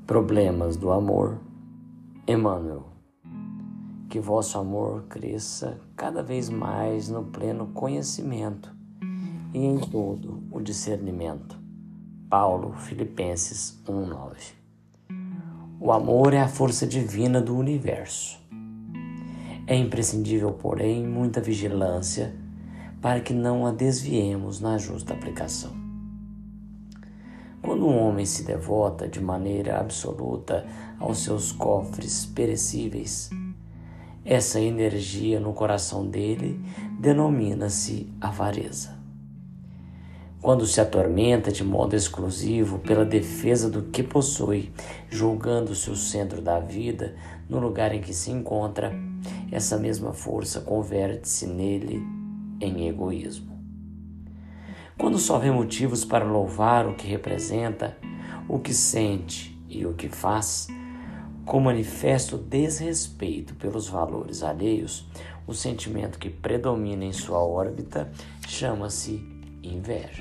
Problemas do amor, Emmanuel. Que vosso amor cresça cada vez mais no pleno conhecimento e em todo o discernimento. Paulo, Filipenses 1:9. O amor é a força divina do universo. É imprescindível, porém, muita vigilância para que não a desviemos na justa aplicação. Quando um homem se devota de maneira absoluta aos seus cofres perecíveis, essa energia no coração dele denomina-se avareza. Quando se atormenta de modo exclusivo pela defesa do que possui, julgando-se o centro da vida no lugar em que se encontra, essa mesma força converte-se nele em egoísmo. Quando só vê motivos para louvar o que representa, o que sente e o que faz, com manifesto desrespeito pelos valores alheios, o sentimento que predomina em sua órbita chama-se inveja.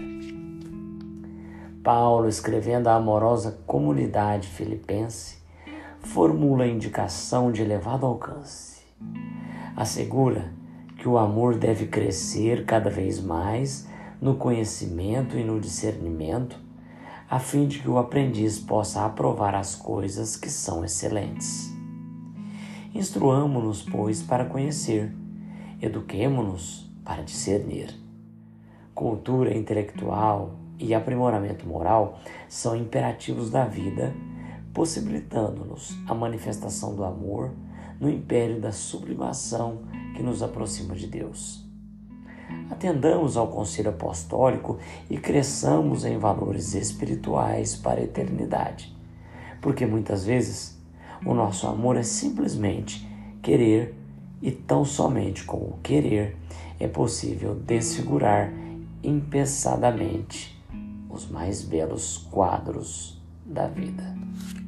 Paulo, escrevendo à amorosa comunidade filipense, formula a indicação de elevado alcance. Assegura que o amor deve crescer cada vez mais no conhecimento e no discernimento, a fim de que o aprendiz possa aprovar as coisas que são excelentes. Instruamo-nos, pois, para conhecer, eduquemo-nos para discernir. Cultura intelectual e aprimoramento moral são imperativos da vida, possibilitando-nos a manifestação do amor no império da sublimação que nos aproxima de Deus. Atendamos ao conselho apostólico e cresçamos em valores espirituais para a eternidade, porque muitas vezes o nosso amor é simplesmente querer, e tão somente com o querer é possível desfigurar impensadamente os mais belos quadros da vida.